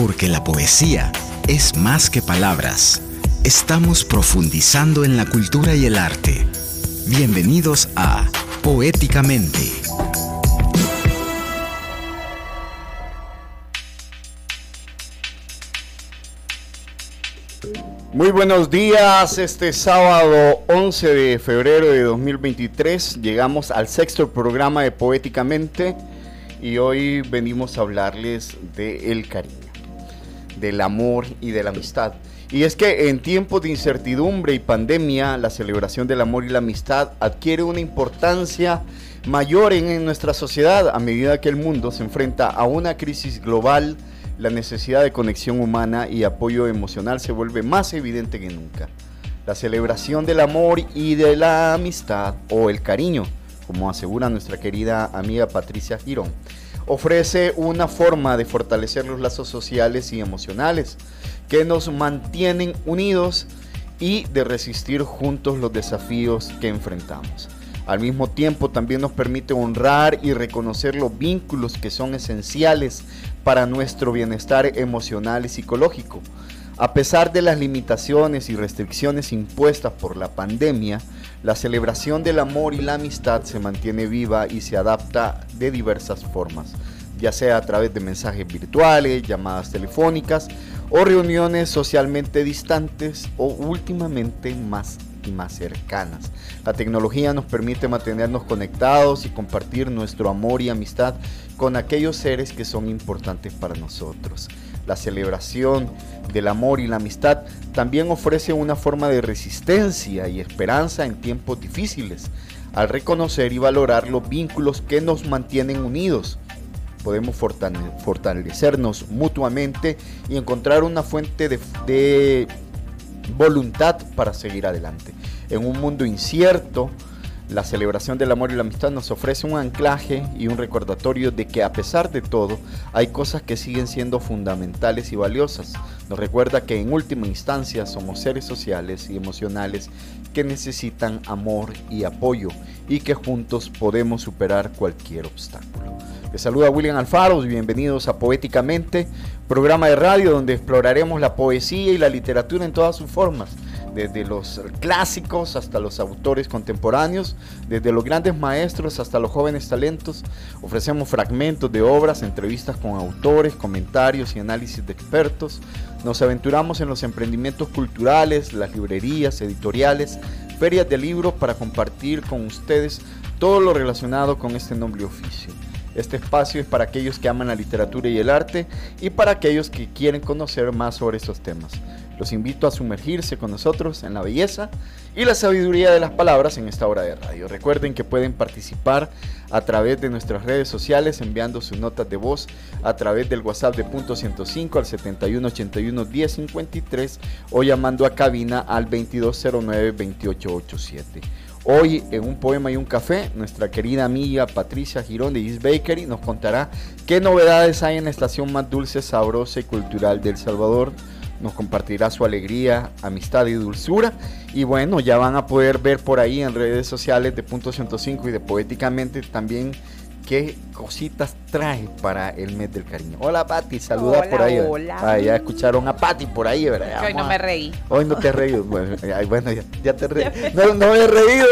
Porque la poesía es más que palabras. Estamos profundizando en la cultura y el arte. Bienvenidos a Poéticamente. Muy buenos días, este sábado 11 de febrero de 2023 llegamos al sexto programa de Poéticamente y hoy venimos a hablarles del cariño, del amor y de la amistad. Y es que en tiempos de incertidumbre y pandemia, la celebración del amor y la amistad adquiere una importancia mayor en nuestra sociedad a medida que el mundo se enfrenta a una crisis global. La necesidad de conexión humana y apoyo emocional se vuelve más evidente que nunca. La celebración del amor y de la amistad, o el cariño, como asegura nuestra querida amiga Patricia Girón, ofrece una forma de fortalecer los lazos sociales y emocionales que nos mantienen unidos y de resistir juntos los desafíos que enfrentamos. Al mismo tiempo también nos permite honrar y reconocer los vínculos que son esenciales para nuestro bienestar emocional y psicológico. A pesar de las limitaciones y restricciones impuestas por la pandemia, la celebración del amor y la amistad se mantiene viva y se adapta de diversas formas, ya sea a través de mensajes virtuales, llamadas telefónicas o reuniones socialmente distantes o últimamente más y más cercanas. La tecnología nos permite mantenernos conectados y compartir nuestro amor y amistad con aquellos seres que son importantes para nosotros. La celebración del amor y la amistad también ofrece una forma de resistencia y esperanza en tiempos difíciles. Al reconocer y valorar los vínculos que nos mantienen unidos, podemos fortalecernos mutuamente y encontrar una fuente de voluntad para seguir adelante. En un mundo incierto, la celebración del amor y la amistad nos ofrece un anclaje y un recordatorio de que a pesar de todo, hay cosas que siguen siendo fundamentales y valiosas. Nos recuerda que en última instancia somos seres sociales y emocionales que necesitan amor y apoyo y que juntos podemos superar cualquier obstáculo. Les saluda William Alfaro, bienvenidos a Poéticamente, programa de radio donde exploraremos la poesía y la literatura en todas sus formas, desde los clásicos hasta los autores contemporáneos, desde los grandes maestros hasta los jóvenes talentos. Ofrecemos fragmentos de obras, entrevistas con autores, comentarios y análisis de expertos. Nos aventuramos en los emprendimientos culturales, las librerías, editoriales, ferias de libros para compartir con ustedes todo lo relacionado con este noble oficio. Este espacio es para aquellos que aman la literatura y el arte y para aquellos que quieren conocer más sobre estos temas. Los invito a sumergirse con nosotros en la belleza y la sabiduría de las palabras en esta hora de radio. Recuerden que pueden participar a través de nuestras redes sociales enviando sus notas de voz a través del WhatsApp de punto 105 al 7181-1053 o llamando a cabina al 2209-2887. Hoy en un poema y un café, nuestra querida amiga Patricia Girón de East Bakery nos contará qué novedades hay en la estación más dulce, sabrosa y cultural de El Salvador. Nos compartirá su alegría, amistad y dulzura. Y bueno, ya van a poder ver por ahí en redes sociales de Punto 105 y de Poéticamente también qué cositas traje para el mes del cariño. Hola Pati, saluda hola, por ahí. Hola. Ah, ya escucharon a Pati por ahí, ¿verdad? Hoy no me reí. Hoy no te has reído. Bueno, ya te reí. No me he reído.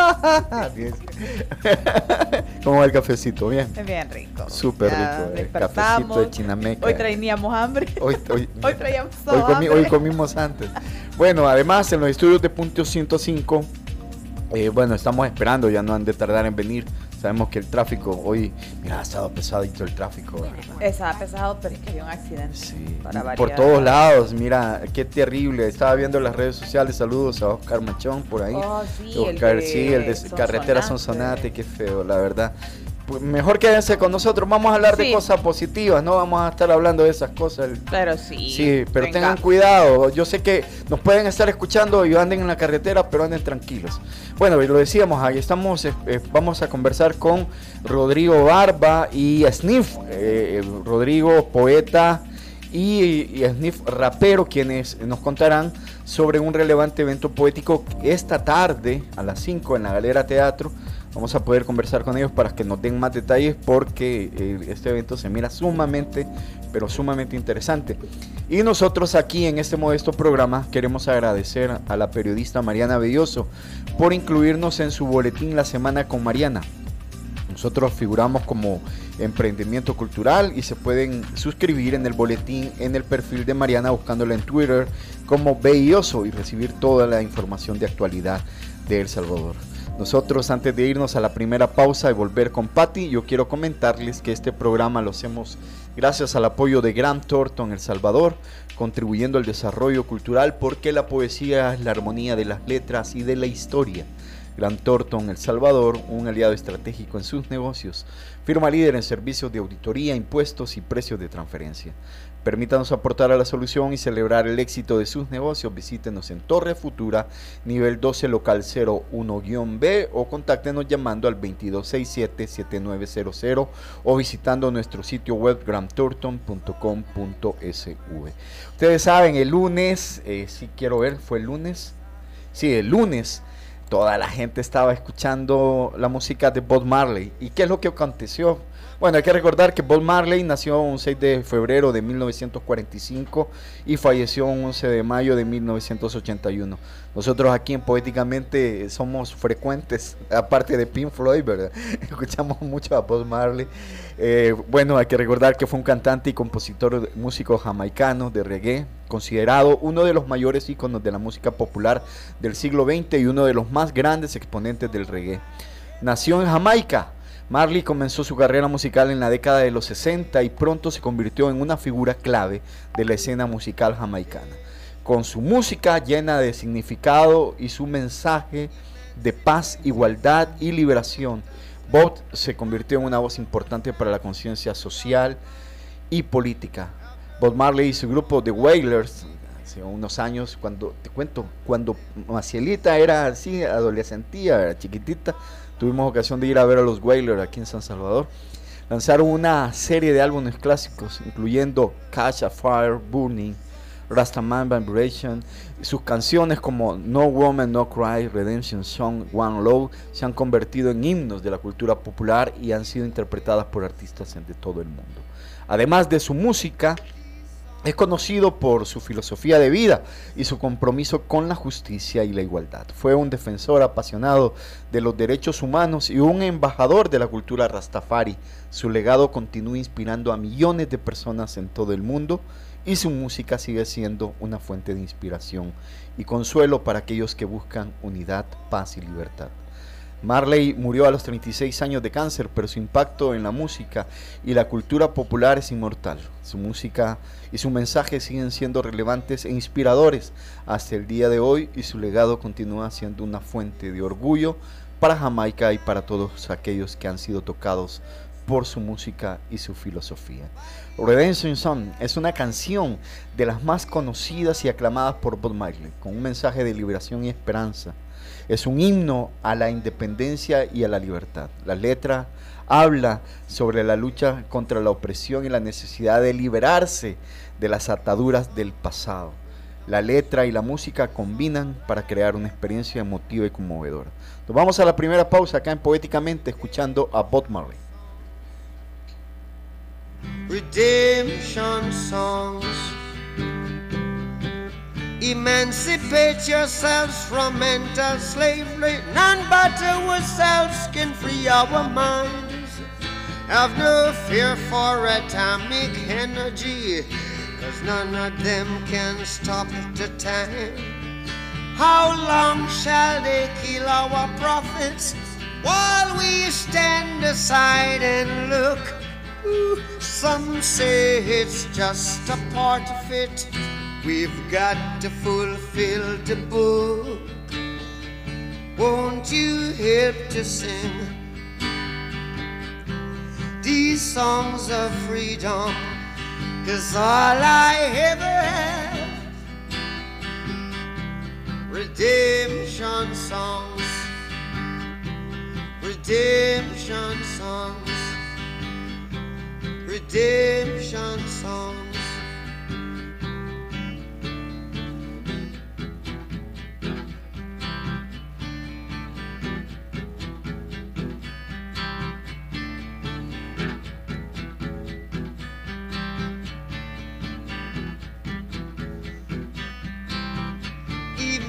¿Cómo va el cafecito? Bien. Bien rico. Súper rico. Cafecito de Chinameca. Hoy teníamos hambre. Hoy traíamos hambre. Hoy comimos antes. Bueno, además en los estudios de Punto 105, bueno, estamos esperando, ya no han de tardar en venir. Sabemos que el tráfico hoy, mira, ha estado pesadito el tráfico, ¿verdad? Estaba pesado, pero es que había un accidente. Sí, por todos lados, mira, qué terrible. Estaba viendo las redes sociales, saludos a Oscar Machón por ahí. Oh, sí, Oscar, el de Carretera Sonsonate, qué feo, la verdad. Pues mejor quédense con nosotros, vamos a hablar de cosas positivas, no vamos a estar hablando de esas cosas. Pero sí. Sí, pero tengan cuidado, yo sé que nos pueden estar escuchando y anden en la carretera, pero anden tranquilos. Bueno, lo decíamos, ahí estamos, vamos a conversar con Rodrigo Barba y Sniff, Rodrigo poeta y Sniff rapero, quienes nos contarán sobre un relevante evento poético esta tarde a las 5 en la Galera Teatro. Vamos a poder conversar con ellos para que nos den más detalles porque este evento se mira sumamente, pero sumamente interesante. Y nosotros aquí en este modesto programa queremos agradecer a la periodista Mariana Belloso por incluirnos en su boletín La Semana con Mariana. Nosotros figuramos como emprendimiento cultural y se pueden suscribir en el boletín en el perfil de Mariana buscándola en Twitter como Belloso y recibir toda la información de actualidad de El Salvador. Nosotros, antes de irnos a la primera pausa y volver con Patti, yo quiero comentarles que este programa lo hacemos gracias al apoyo de Grant Thornton El Salvador, contribuyendo al desarrollo cultural porque la poesía es la armonía de las letras y de la historia. Grant Thornton El Salvador, un aliado estratégico en sus negocios, firma líder en servicios de auditoría, impuestos y precios de transferencia. Permítanos aportar a la solución y celebrar el éxito de sus negocios. Visítenos en Torre Futura, nivel 12, local 01-B o contáctenos llamando al 2267-7900 o visitando nuestro sitio web grantthornton.com.sv. Ustedes saben, el lunes, sí quiero ver, ¿fue el lunes? Sí, el lunes. Toda la gente estaba escuchando la música de Bob Marley. ¿Y qué es lo que aconteció? Bueno, hay que recordar que Bob Marley nació un 6 de febrero de 1945 y falleció un 11 de mayo de 1981. Nosotros aquí en Poéticamente somos frecuentes, aparte de Pink Floyd, ¿verdad? Escuchamos mucho a Bob Marley. Bueno, hay que recordar que fue un cantante y compositor músico jamaicano de reggae, considerado uno de los mayores íconos de la música popular del siglo XX y uno de los más grandes exponentes del reggae. Nació en Jamaica. Marley comenzó su carrera musical en la década de los 60 y pronto se convirtió en una figura clave de la escena musical jamaicana. Con su música llena de significado y su mensaje de paz, igualdad y liberación, Bob se convirtió en una voz importante para la conciencia social y política. Bob Marley y su grupo The Wailers, hace unos años, cuando Macielita era así, adolescentía, era chiquitita, tuvimos ocasión de ir a ver a los Wailers aquí en San Salvador. Lanzaron una serie de álbumes clásicos, incluyendo Catch a Fire, Burning, Rastaman Vibration. Sus canciones como No Woman, No Cry, Redemption Song, One Love se han convertido en himnos de la cultura popular y han sido interpretadas por artistas de todo el mundo. Además de su música, es conocido por su filosofía de vida y su compromiso con la justicia y la igualdad. Fue un defensor apasionado de los derechos humanos y un embajador de la cultura Rastafari. Su legado continúa inspirando a millones de personas en todo el mundo y su música sigue siendo una fuente de inspiración y consuelo para aquellos que buscan unidad, paz y libertad. Marley murió a los 36 años de cáncer, pero su impacto en la música y la cultura popular es inmortal. Su música y su mensaje siguen siendo relevantes e inspiradores hasta el día de hoy y su legado continúa siendo una fuente de orgullo para Jamaica y para todos aquellos que han sido tocados por su música y su filosofía. Redemption Song es una canción de las más conocidas y aclamadas por Bob Marley, con un mensaje de liberación y esperanza. Es un himno a la independencia y a la libertad. La letra habla sobre la lucha contra la opresión y la necesidad de liberarse de las ataduras del pasado. La letra y la música combinan para crear una experiencia emotiva y conmovedora. Nos vamos a la primera pausa acá en Poéticamente, escuchando a Bob Marley. Redemption songs. Emancipate yourselves from mental slavery. None but ourselves can free our minds. Have no fear for atomic energy, 'cause none of them can stop the time. How long shall they kill our prophets while we stand aside and look? Some say it's just a part of it. We've got to fulfill the book. Won't you help to sing these songs of freedom? 'Cause all I ever have, redemption songs, redemption songs, redemption songs.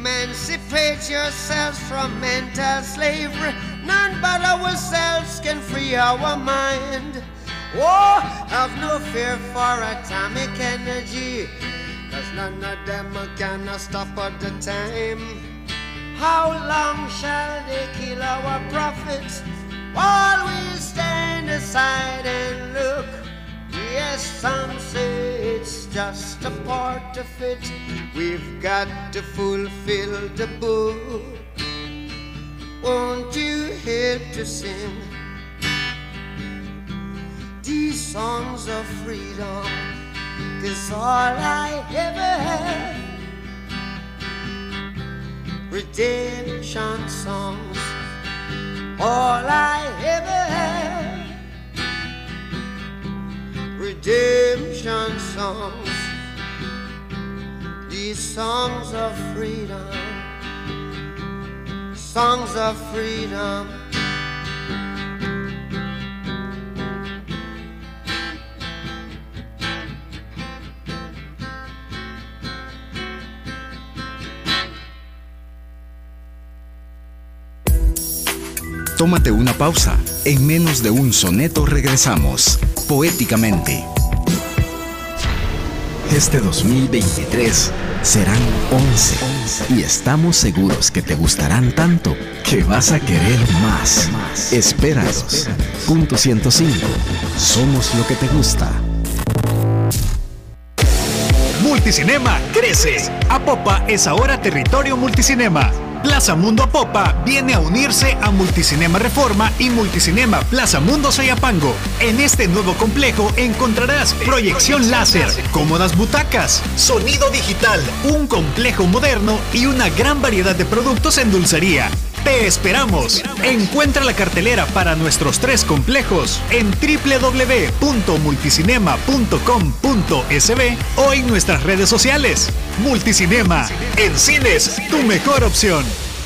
Emancipate yourselves from mental slavery. None but ourselves can free our mind. Oh, have no fear for atomic energy, 'cause none of them can stop at the time. How long shall they kill our prophets while we stand aside and look? Yes, some say it's just a part of it. We've got to fulfill the book. Won't you help to sing these songs of freedom? 'Cause all I ever had, redemption songs, all I ever had, redemption songs, these songs of freedom, songs of freedom. Tómate una pausa. En menos de un soneto regresamos, poéticamente. Este 2023 serán 11 y estamos seguros que te gustarán tanto que vas a querer más. Espéralos. Punto 105. Somos lo que te gusta. Multicinema crece. Apopa es ahora territorio Multicinema. Plaza Mundo Apopa viene a unirse a Multicinema Reforma y Multicinema Plaza Mundo Soyapango. En este nuevo complejo encontrarás proyección láser, cómodas butacas, sonido digital, un complejo moderno y una gran variedad de productos en dulcería. ¡Te esperamos! Encuentra la cartelera para nuestros 3 complejos en www.multicinema.com.sb o en nuestras redes sociales. Multicinema, en cines, tu mejor opción.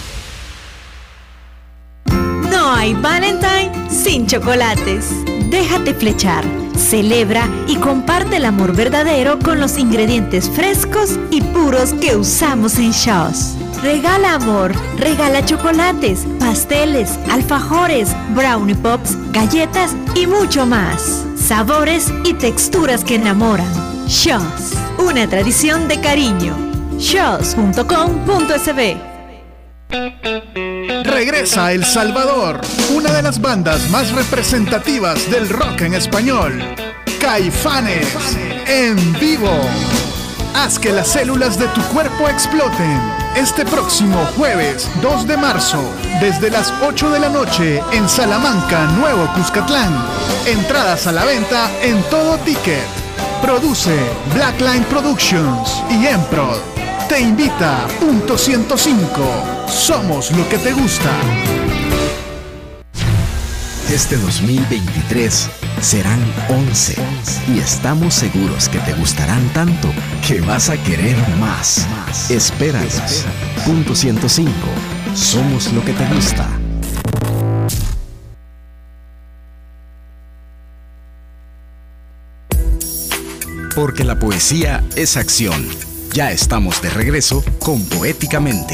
No hay Valentine sin chocolates. Déjate flechar, celebra y comparte el amor verdadero con los ingredientes frescos y puros que usamos en Shaw's. Regala amor, regala chocolates, pasteles, alfajores, brownie pops, galletas y mucho más. Sabores y texturas que enamoran. Shaw's, una tradición de cariño. shaws.com.sb. Regresa El Salvador, una de las bandas más representativas del rock en español. Caifanes, en vivo. Haz que las células de tu cuerpo exploten. Este próximo jueves 2 de marzo, desde las 8 de la noche en Salamanca, Nuevo Cuscatlán. Entradas a la venta en Todo Ticket. Produce Blackline Productions y Emprod. Te invita Punto 105. Somos lo que te gusta. Este 2023 serán 11 y estamos seguros que te gustarán tanto que vas a querer más. Espéralos. Punto 105. Somos lo que te gusta. Porque la poesía es acción. Ya estamos de regreso con Poéticamente.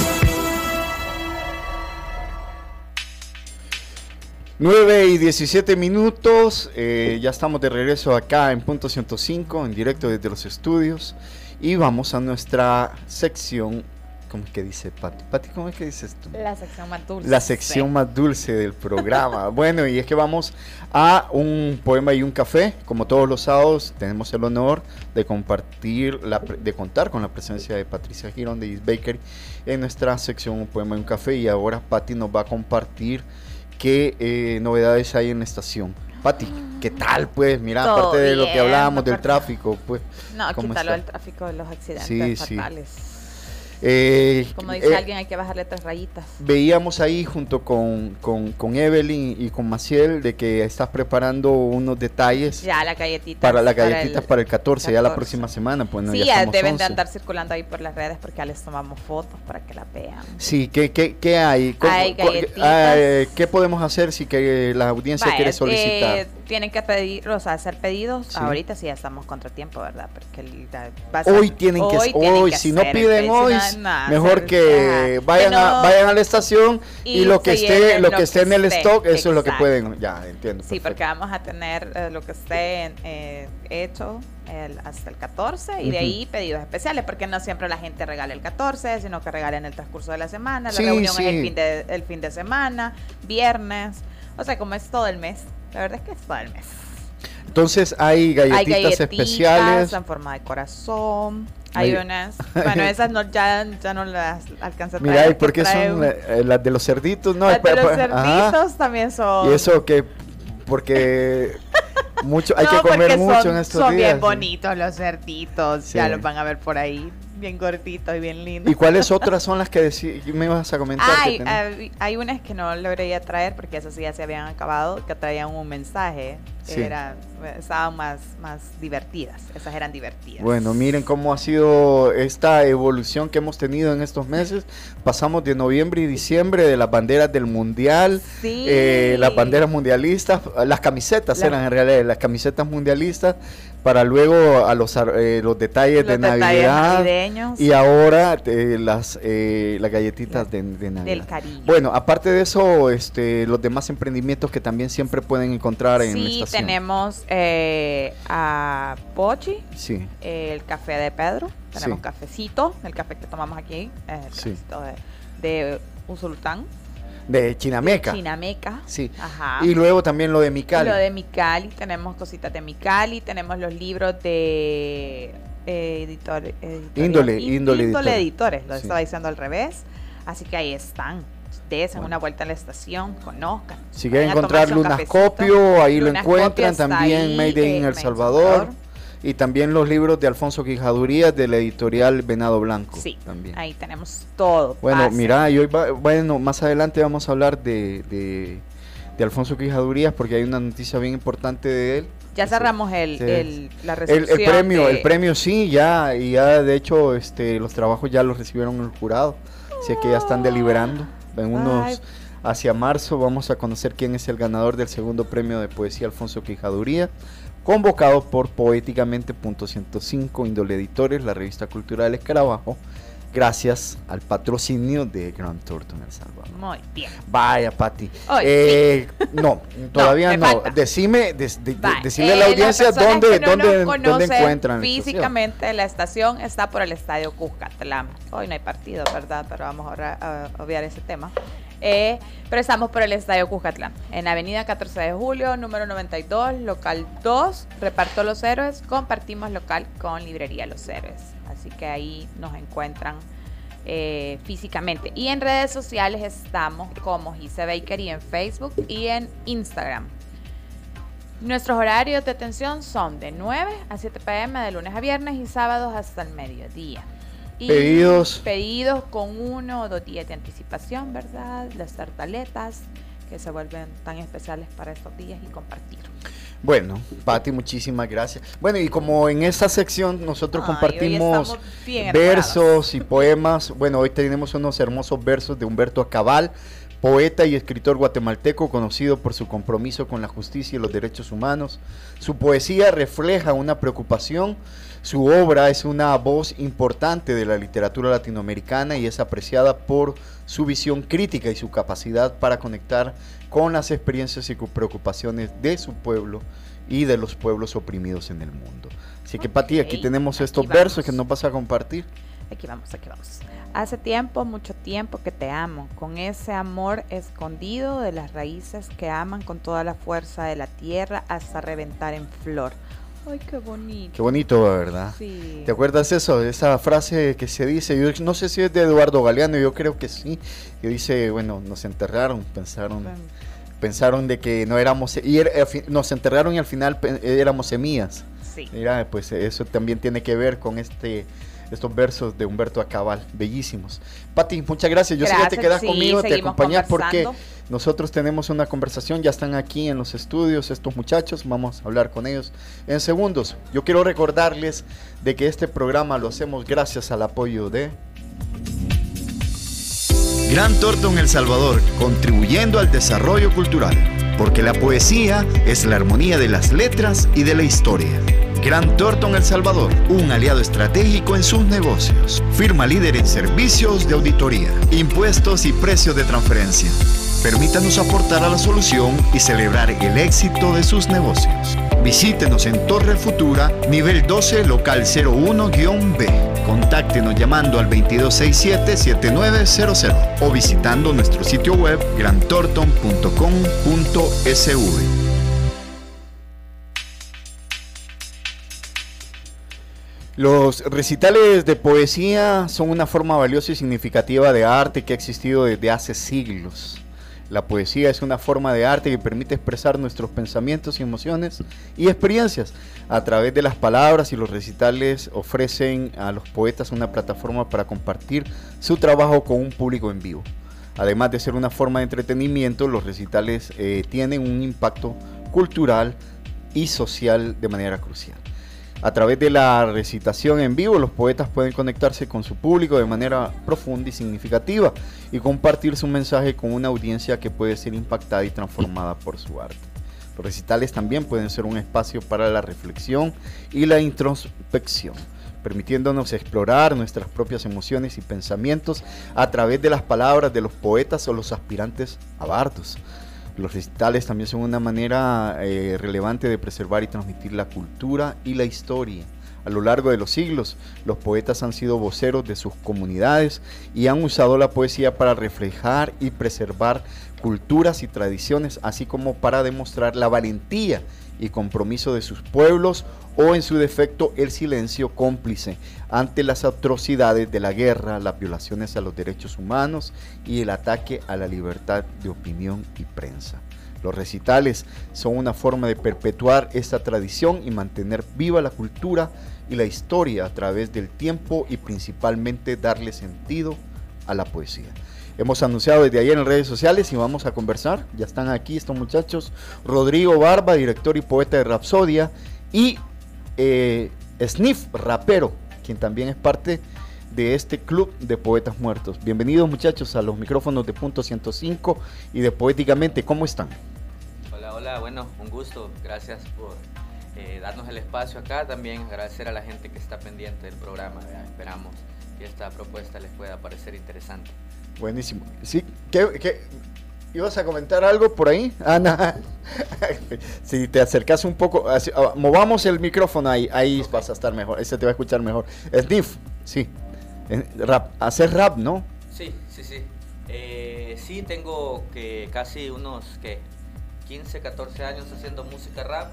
Nueve y 17 minutos, ya estamos de regreso acá en Punto 105, en directo desde los estudios, y vamos a nuestra sección. ¿Cómo es que dice Pati? Pati, ¿cómo es que dices tú? La sección más dulce. La sección más dulce del programa. Bueno, y es que vamos a un poema y un café. Como todos los sábados, tenemos el honor de compartir, de contar con la presencia de Patricia Girón de East Bakery en nuestra sección Un poema y un café. Y ahora Pati nos va a compartir qué novedades hay en la estación. Pati, ¿qué tal? Pues mira, Todo aparte de lo que bien, hablábamos del aparte- tráfico, pues. No, ¿cómo quítalo está? del tráfico de los accidentes Sí, sí. fatales. Como Dice dice alguien, hay que bajarle 3 rayitas. Veíamos ahí junto con Evelyn y con Maciel de que estás preparando unos detalles Ya, las galletitas. para las galletitas para el 14, ya la 14. próxima semana. Pues, no, Sí, ya ya estamos deben de 11. andar circulando ahí por las redes porque ya les tomamos fotos para que las vean. Sí, ¿qué hay? Hay galletitas. ¿Qué podemos hacer si que la audiencia Vaya, quiere solicitar? Tienen que pedir, o sea, hacer pedidos. Sí. Ahorita sí ya estamos contratiempo, ¿verdad? Porque Hoy tienen que, si no piden hoy, mejor que vayan a la estación y lo que esté en el stock, eso es lo que pueden. Ya, entiendo. Sí, perfecto. porque vamos a tener lo que esté hecho hasta el 14 y de ahí pedidos especiales, porque no siempre la gente regala el 14, sino que regala en el transcurso de la semana. La reunión es el fin de semana, viernes, o sea, como es todo el mes. La verdad es que es todo el mes. Entonces hay galletitas especiales en forma de corazón. Hay unas, bueno, esas ya no las alcanza a traer. Mira, ¿y por qué son las de los cerditos? No, las de los cerditos también son. ¿Y eso qué? Porque hay que comer mucho en estos días. Son bien bonitos los cerditos, sí. Ya los van a ver por ahí, bien gorditos y bien lindos. ¿Y cuáles otras son las que me ibas a comentar? Hay unas que no logré traer porque esas sí ya se habían acabado, que traían un mensaje. Sí. Estaban más divertidas, esas eran divertidas. Bueno, miren cómo ha sido esta evolución que hemos tenido en estos meses. Pasamos de noviembre y diciembre de las banderas del mundial, sí. Las banderas mundialistas, las camisetas eran en realidad las camisetas mundialistas, para luego a los detalles de Navidad navideños. Y ahora las galletitas de Navidad. Del cariño. Bueno, aparte de eso, los demás emprendimientos que también siempre pueden encontrar en la estación. Tenemos a Pochi, sí. El café de Pedro, tenemos sí. Cafecito, el café que tomamos aquí, el cafecito de Usulután. De Chinameca. Sí. Ajá. Y luego también lo de Micali. Tenemos cositas de Micali, tenemos los libros de Índole Editores, lo sí. estaba diciendo al revés. Así que ahí están. Desen una vuelta a la estación, conozcan. Si quieren encontrar Lunascopio, ahí lo encuentran. También Made in El Salvador. Y también los libros de Alfonso Quijadurías de la editorial Venado Blanco. Sí, también. Ahí tenemos todo. Bueno, mira, y hoy más adelante vamos a hablar de Alfonso Quijadurías, porque hay una noticia bien importante de él. Ya cerramos la recepción. El premio sí, ya de hecho los trabajos ya los recibieron el jurado. Así que ya están deliberando. En unos hacia marzo vamos a conocer quién es el ganador del segundo premio de poesía Alfonso Quijadurías, convocado por Poéticamente.105, Índole Editores, la revista cultural Escarabajo, gracias al patrocinio de Gran Torto en El Salvador. Muy bien. Vaya, Pati. Sí. No, todavía no. Decime a la audiencia dónde encuentran físicamente la estación. Está por el Estadio Cuscatlán. Hoy no hay partido, ¿verdad? Pero vamos a obviar ese tema. Pero estamos por el Estadio Cuscatlán, en Avenida 14 de Julio, número 92, local 2, Reparto Los Héroes. Compartimos local con Librería Los Héroes. Así que ahí nos encuentran físicamente. Y en redes sociales estamos como Gise Bakery en Facebook y en Instagram. Nuestros horarios de atención son de 9 a 7 p.m. de lunes a viernes y sábados hasta el mediodía. Y pedidos con 1 o 2 días de anticipación, ¿verdad? Las tartaletas que se vuelven tan especiales para estos días y compartir. Bueno, Pati, muchísimas gracias. Bueno, y como en esta sección nosotros compartimos versos y poemas, bueno, hoy tenemos unos hermosos versos de Humberto Acabal, poeta y escritor guatemalteco conocido por su compromiso con la justicia y los derechos humanos. Su poesía refleja una preocupación. Su obra es una voz importante de la literatura latinoamericana y es apreciada por su visión crítica y su capacidad para conectar con las experiencias y preocupaciones de su pueblo y de los pueblos oprimidos en el mundo. Así que, Pati, aquí tenemos estos versos que nos vas a compartir. Aquí vamos. Hace tiempo, mucho tiempo que te amo, con ese amor escondido de las raíces que aman con toda la fuerza de la tierra hasta reventar en flor. Ay, qué bonito. Qué bonito, ¿verdad? Sí. ¿Te acuerdas eso? Esa frase que se dice, yo no sé si es de Eduardo Galeano, yo creo que sí, que dice, bueno, nos enterraron, pensaron de que no éramos, nos enterraron y al final éramos semillas. Sí. Mira, pues eso también tiene que ver con estos versos de Humberto Acabal, bellísimos. Pati, muchas gracias. Yo sé que te quedas conmigo, te acompañas porque nosotros tenemos una conversación, ya están aquí en los estudios estos muchachos, vamos a hablar con ellos en segundos. Yo quiero recordarles de que este programa lo hacemos gracias al apoyo de Gran Torto en El Salvador, contribuyendo al desarrollo cultural. porque la poesía es la armonía de las letras y de la historia. Grant Thornton El Salvador, un aliado estratégico en sus negocios. Firma líder en servicios de auditoría, impuestos y precios de transferencia. Permítanos aportar a la solución y celebrar el éxito de sus negocios. Visítenos en Torre Futura, nivel 12, local 01-B. Contáctenos llamando al 2267-7900 o visitando nuestro sitio web grantthornton.com.sv. Los recitales de poesía son una forma valiosa y significativa de arte que ha existido desde hace siglos. La poesía es una forma de arte que permite expresar nuestros pensamientos y emociones y experiencias a través de las palabras, y los recitales ofrecen a los poetas una plataforma para compartir su trabajo con un público en vivo. Además de ser una forma de entretenimiento, los recitales tienen un impacto cultural y social de manera crucial. A través de la recitación en vivo, los poetas pueden conectarse con su público de manera profunda y significativa y compartir su mensaje con una audiencia que puede ser impactada y transformada por su arte. Los recitales también pueden ser un espacio para la reflexión y la introspección, permitiéndonos explorar nuestras propias emociones y pensamientos a través de las palabras de los poetas o los aspirantes a bardos. Los recitales también son una manera relevante de preservar y transmitir la cultura y la historia. A lo largo de los siglos, los poetas han sido voceros de sus comunidades y han usado la poesía para reflejar y preservar culturas y tradiciones, así como para demostrar la valentía y compromiso de sus pueblos, o en su defecto el silencio cómplice ante las atrocidades de la guerra, las violaciones a los derechos humanos y el ataque a la libertad de opinión y prensa. Los recitales son una forma de perpetuar esta tradición y mantener viva la cultura y la historia a través del tiempo, y principalmente darle sentido a la poesía. Hemos anunciado desde ayer en redes sociales y vamos a conversar. Ya están aquí estos muchachos: Rodrigo Barba, director y poeta de Rapsodia, y Sniff, rapero, quien también es parte de este club de poetas muertos. Bienvenidos, muchachos, a los micrófonos de Punto 105 y de Poéticamente. ¿Cómo están? Hola, hola, bueno, un gusto. Gracias por darnos el espacio acá. También agradecer a la gente que está pendiente del programa. Esperamos que esta propuesta les pueda parecer interesante. Buenísimo. Sí, ¿qué ibas a comentar algo por ahí? Ana, si te acercas un poco, movamos el micrófono ahí okay. Vas a estar mejor, ese te va a escuchar mejor. Sniff, sí, rap, hacer rap, ¿no? Sí. Sí, tengo casi unos 15, 14 años haciendo música rap.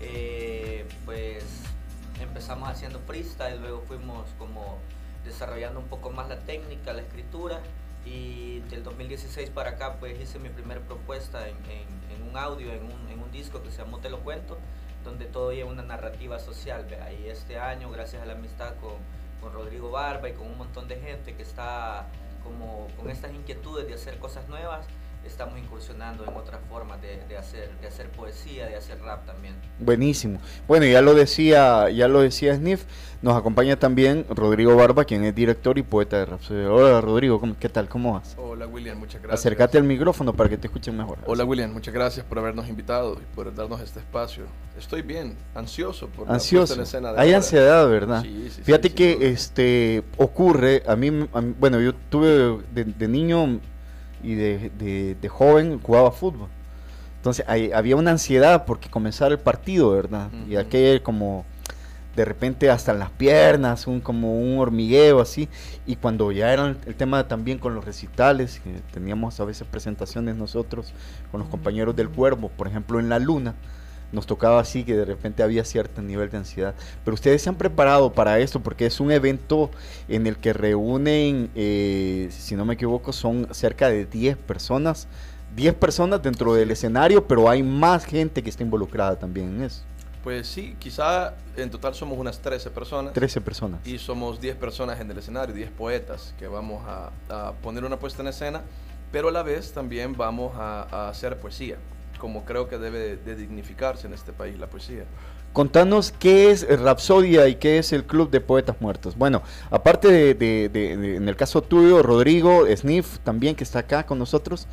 Pues empezamos haciendo freestyle, luego fuimos como desarrollando un poco más la técnica, la escritura, y del 2016 para acá pues hice mi primera propuesta en un audio, en un disco que se llamó Te lo cuento, donde todo lleva una narrativa social. Y este año, gracias a la amistad con Rodrigo Barba y con un montón de gente que está como con estas inquietudes de hacer cosas nuevas, estamos incursionando en otras formas de hacer poesía, de hacer rap también. Buenísimo. Bueno, ya lo decía Sniff, nos acompaña también Rodrigo Barba, quien es director y poeta de rap. Hola, Rodrigo, ¿qué tal? ¿Cómo vas? Hola, William, muchas gracias. Acércate al micrófono para que te escuchen mejor. Hola, William, muchas gracias por habernos invitado y por darnos este espacio. Estoy bien, ansioso por la puesta en escena de Hay ahora. Ansiedad, ¿verdad? Sí, Fíjate que ocurre, a mí, bueno, yo tuve de niño y de joven jugaba fútbol. Entonces había una ansiedad porque comenzara el partido, ¿verdad? Y aquello como de repente hasta en las piernas, como un hormigueo así. Y cuando ya era el tema también con los recitales, que teníamos a veces presentaciones nosotros con los compañeros del Cuervo, por ejemplo en La Luna, nos tocaba así que de repente había cierto nivel de ansiedad. Pero ustedes se han preparado para esto, porque es un evento en el que reúnen, si no me equivoco, son cerca de 10 personas dentro del escenario, pero hay más gente que está involucrada también en eso. Pues sí, quizá en total somos unas 13 personas. 13 personas. Y somos 10 personas en el escenario, 10 poetas que vamos a poner una puesta en escena, pero a la vez también vamos a hacer poesía, como creo que debe de dignificarse en este país la poesía. Contanos qué es Rapsodia y qué es el Club de Poetas Muertos. Bueno, aparte de en el caso tuyo, Rodrigo, Sniff también, que está acá con nosotros,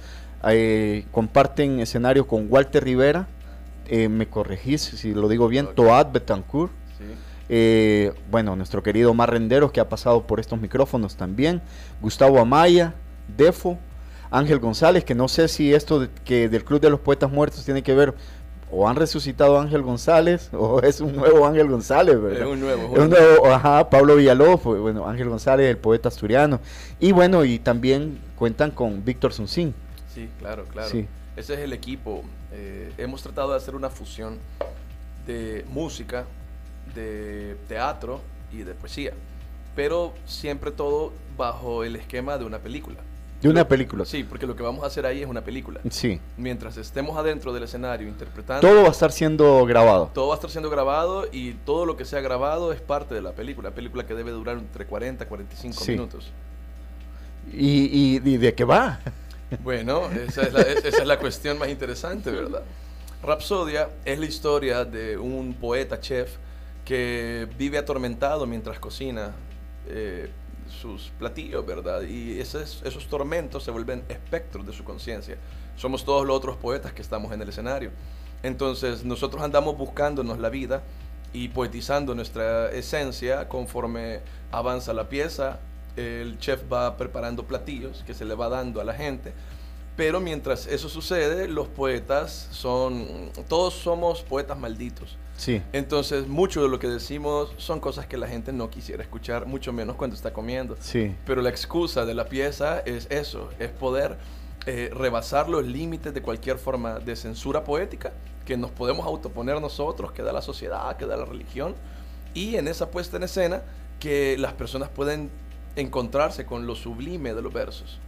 comparten escenario con Walter Rivera, me corregís si lo digo bien, Toad Betancourt. Bueno, nuestro querido Omar Renderos, que ha pasado por estos micrófonos también, Gustavo Amaya, Defo, Ángel González, que no sé si esto que del Club de los Poetas Muertos tiene que ver, o han resucitado a Ángel González, o es un nuevo Ángel González, ¿verdad? Es un nuevo. Pablo Villalobos, bueno, Ángel González, el poeta asturiano, y bueno, y también cuentan con Víctor Suncín. Sí, claro. Sí. Ese es el equipo. Hemos tratado de hacer una fusión de música, de teatro y de poesía, pero siempre todo bajo el esquema de una película. De una película. Sí, porque lo que vamos a hacer ahí es una película. Sí. Mientras estemos adentro del escenario interpretando. Todo va a estar siendo grabado. Todo va a estar siendo grabado y todo lo que sea grabado es parte de la película. Película que debe durar entre 40 y 45 minutos. ¿Y de qué va? Bueno, esa es la cuestión más interesante, ¿verdad? Rapsodia es la historia de un poeta chef que vive atormentado mientras cocina sus platillos, ¿verdad? Y esos tormentos se vuelven espectros de su conciencia. Somos todos los otros poetas que estamos en el escenario. Entonces nosotros andamos buscándonos la vida y poetizando nuestra esencia conforme avanza la pieza. El chef va preparando platillos que se le va dando a la gente. Pero mientras eso sucede, los poetas todos somos poetas malditos. Sí. Entonces, mucho de lo que decimos son cosas que la gente no quisiera escuchar, mucho menos cuando está comiendo. Sí. Pero la excusa de la pieza es eso, es poder rebasar los límites de cualquier forma de censura poética que nos podemos autoponer nosotros, que da la sociedad, que da la religión. Y en esa puesta en escena, que las personas pueden encontrarse con lo sublime de los versos.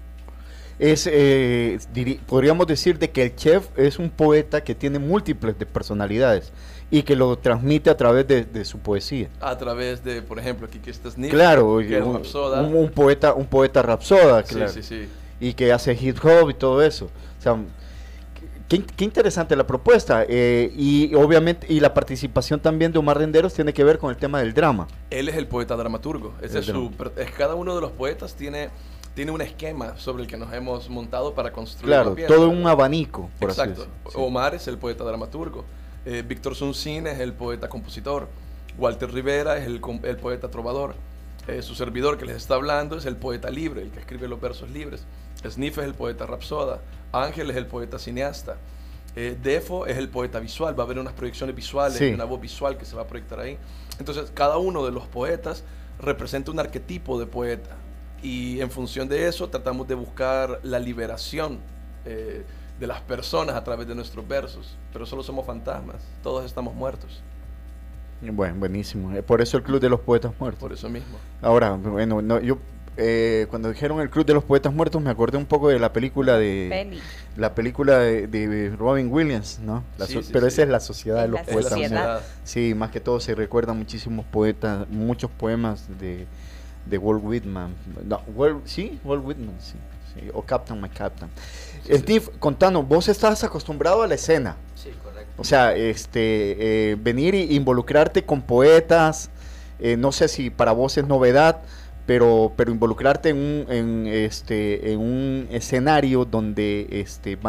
Podríamos decir de que el chef es un poeta que tiene múltiples de personalidades y que lo transmite a través de su poesía. A través de, por ejemplo, Kiki Stasny, claro, que es rapsoda. un poeta rapsoda, claro. Sí. Y que hace hip hop y todo eso. O sea, qué interesante la propuesta. Y obviamente, y la participación también de Omar Renderos tiene que ver con el tema del drama. Él es el poeta dramaturgo. Cada uno de los poetas tiene un esquema sobre el que nos hemos montado para construir la pieza. Todo un abanico, por Exacto. así decirlo. Sí. Omar es el poeta dramaturgo. Víctor Suncín es el poeta compositor. Walter Rivera es el poeta trovador. Su servidor que les está hablando es el poeta libre, el que escribe los versos libres. Sniff es el poeta rapsoda. Ángel es el poeta cineasta. Defo es el poeta visual. Va a haber unas proyecciones visuales, una voz visual que se va a proyectar ahí. Entonces, cada uno de los poetas representa un arquetipo de poeta. Y en función de eso tratamos de buscar la liberación de las personas a través de nuestros versos, pero solo somos fantasmas, todos estamos muertos. Bueno, buenísimo, por eso el Club de los Poetas Muertos. Por eso mismo. Ahora, bueno, yo cuando dijeron el Club de los Poetas Muertos me acordé un poco de la película de Robin Williams, ¿no? Pero esa es la Sociedad de los Poetas Muertos. Sí, más que todo se recuerdan muchísimos poetas, muchos poemas de Walt Whitman. Walt Whitman, sí, o Captain, My Captain. Steve, contanos, vos estás acostumbrado a la escena. Sí, correcto. O sea, venir e involucrarte con poetas, no sé si para vos es novedad, pero involucrarte en un escenario donde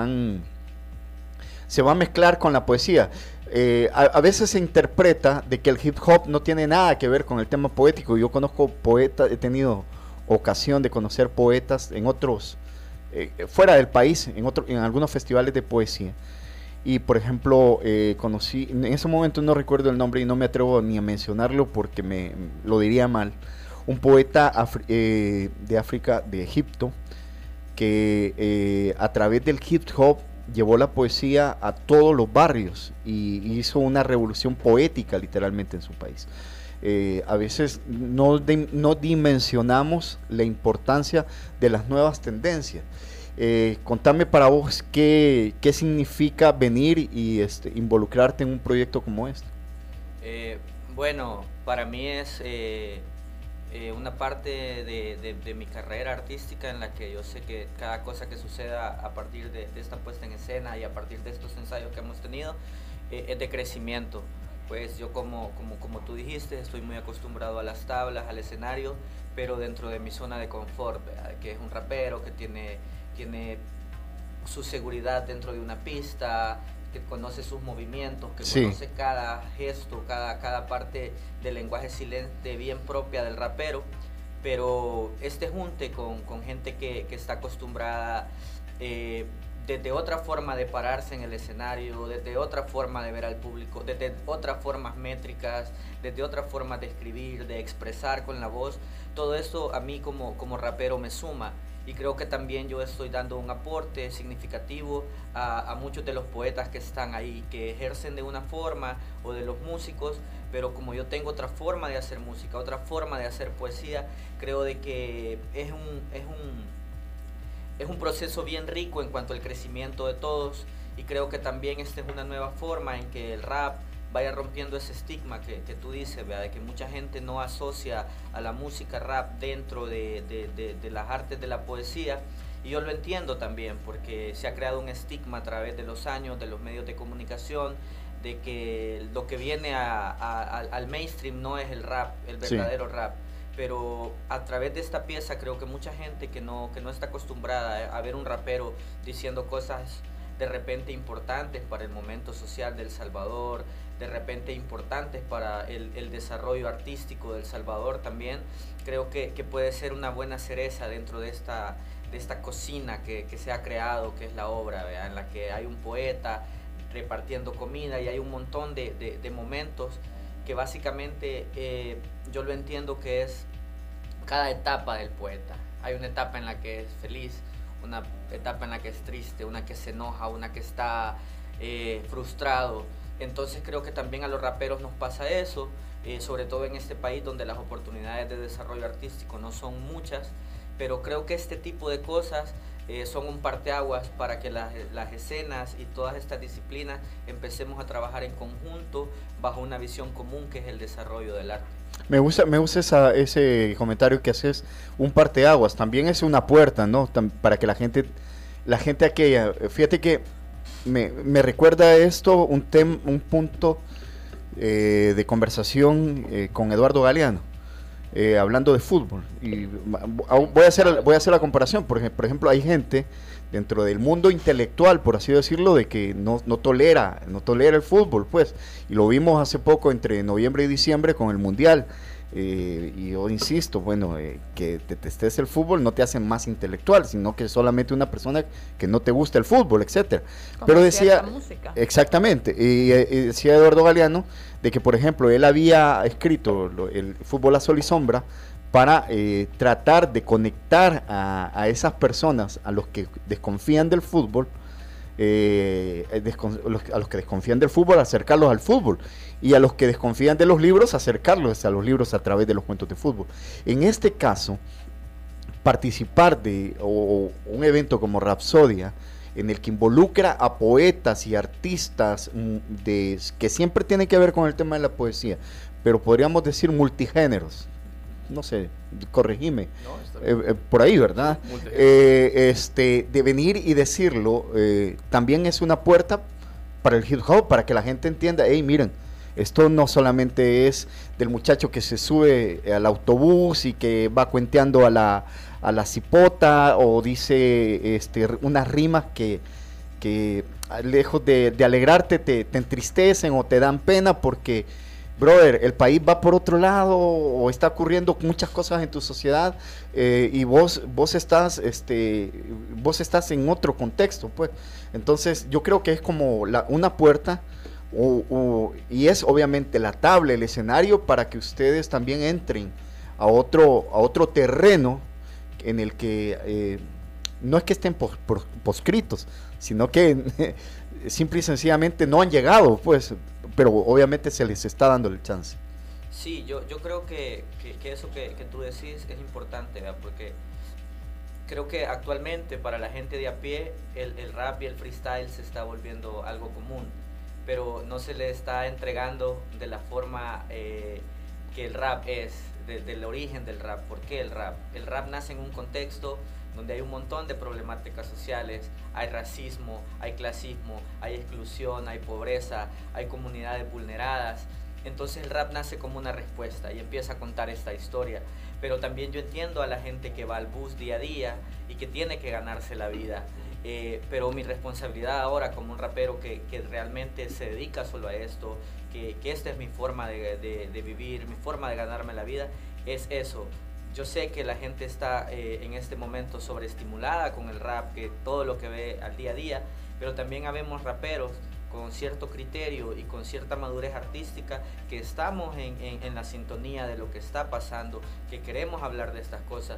se va a mezclar con la poesía. A veces se interpreta de que el hip hop no tiene nada que ver con el tema poético. Yo conozco poetas, he tenido ocasión de conocer poetas en otros, fuera del país, en algunos festivales de poesía. Y por ejemplo, conocí, en ese momento no recuerdo el nombre y no me atrevo ni a mencionarlo porque me lo diría mal, un poeta de África, de Egipto, que a través del hip hop llevó la poesía a todos los barrios y hizo una revolución poética literalmente en su país. A veces no dimensionamos la importancia de las nuevas tendencias. Contame para vos qué significa venir y involucrarte en un proyecto como este. Bueno, para mí es una parte de mi carrera artística en la que yo sé que cada cosa que suceda a partir de esta puesta en escena y a partir de estos ensayos que hemos tenido es de crecimiento. Pues yo como tú dijiste, estoy muy acostumbrado a las tablas, al escenario, pero dentro de mi zona de confort, ¿verdad? Que es un rapero que tiene su seguridad dentro de una pista, que conoce sus movimientos, que Sí. conoce cada gesto, cada parte del lenguaje silente bien propia del rapero, pero este junte con gente que está acostumbrada desde otra forma de pararse en el escenario, desde otra forma de ver al público, desde otras formas métricas, desde otras formas de escribir, de expresar con la voz, todo eso a mí como rapero me suma. Y creo que también yo estoy dando un aporte significativo a muchos de los poetas que están ahí, que ejercen de una forma, o de los músicos, pero como yo tengo otra forma de hacer música, otra forma de hacer poesía, creo de que es un proceso bien rico en cuanto al crecimiento de todos, y creo que también esta es una nueva forma en que el rap vaya rompiendo ese estigma que tú dices, ¿verdad? De que mucha gente no asocia a la música rap dentro de las artes de la poesía, y yo lo entiendo también, porque se ha creado un estigma a través de los años, de los medios de comunicación, de que lo que viene al mainstream no es el rap, el verdadero rap. Pero a través de esta pieza creo que mucha gente que no está acostumbrada a ver un rapero diciendo cosas de repente importantes para el momento social de El Salvador, de repente importantes para el desarrollo artístico de El Salvador también, creo que puede ser una buena cereza dentro de esta cocina que se ha creado, que es la obra, ¿verdad? En la que hay un poeta repartiendo comida y hay un montón de momentos que básicamente yo lo entiendo que es cada etapa del poeta. Hay una etapa en la que es feliz, una etapa en la que es triste, una que se enoja, una que está frustrado. Entonces creo que también a los raperos nos pasa eso, sobre todo en este país donde las oportunidades de desarrollo artístico no son muchas, pero creo que este tipo de cosas son un parteaguas para que las escenas y todas estas disciplinas empecemos a trabajar en conjunto bajo una visión común, que es el desarrollo del arte. Me gusta ese comentario que haces, un parteaguas, también es una puerta, ¿no? Para que la gente aquella, fíjate que me recuerda esto un punto de conversación con Eduardo Galeano, hablando de fútbol, y voy a hacer la comparación. Por ejemplo, hay gente dentro del mundo intelectual, por así decirlo, de que no tolera el fútbol, pues, y lo vimos hace poco entre noviembre y diciembre con el Mundial. Y yo insisto, bueno, que detestes el fútbol no te hace más intelectual, sino que solamente una persona que no te gusta el fútbol, etcétera. Pero decía, música. Exactamente, y decía Eduardo Galeano de que, por ejemplo, él había escrito el Fútbol a Sol y Sombra para tratar de conectar a esas personas, a los que desconfían del fútbol, a los que desconfían del fútbol, acercarlos al fútbol, y a los que desconfían de los libros, acercarlos a los libros a través de los cuentos de fútbol. En este caso, participar de un evento como Rapsodia, en el que involucra a poetas y artistas que siempre tienen que ver con el tema de la poesía, pero podríamos decir multigéneros, no sé, corregime, por ahí, ¿verdad? De venir y decirlo, también es una puerta para el hip hop, para que la gente entienda, hey, miren, esto no solamente es del muchacho que se sube al autobús y que va cuenteando a la cipota, o dice unas rimas que lejos de alegrarte te entristecen o te dan pena, porque brother, el país va por otro lado, o está ocurriendo muchas cosas en tu sociedad, y vos estás en otro contexto, pues. Entonces yo creo que es como una puerta, y es obviamente la tabla, el escenario, para que ustedes también entren a otro terreno en el que no es que estén poscritos, sino que simple y sencillamente no han llegado, pues, pero obviamente se les está dando el chance. Sí, yo creo que eso que tú decís es importante, ¿verdad? Porque creo que actualmente para la gente de a pie el rap y el freestyle se está volviendo algo común, pero no se le está entregando de la forma que el rap es, del origen del rap. ¿Por qué el rap? El rap nace en un contexto donde hay un montón de problemáticas sociales, hay racismo, hay clasismo, hay exclusión, hay pobreza, hay comunidades vulneradas. Entonces el rap nace como una respuesta y empieza a contar esta historia. Pero también yo entiendo a la gente que va al bus día a día y que tiene que ganarse la vida pero mi responsabilidad ahora como un rapero que realmente se dedica solo a esto, que esta es mi forma de vivir, mi forma de ganarme la vida, es eso. Yo sé que la gente está en este momento sobreestimulada con el rap, que todo lo que ve al día a día, pero también habemos raperos con cierto criterio y con cierta madurez artística que estamos en la sintonía de lo que está pasando, que queremos hablar de estas cosas.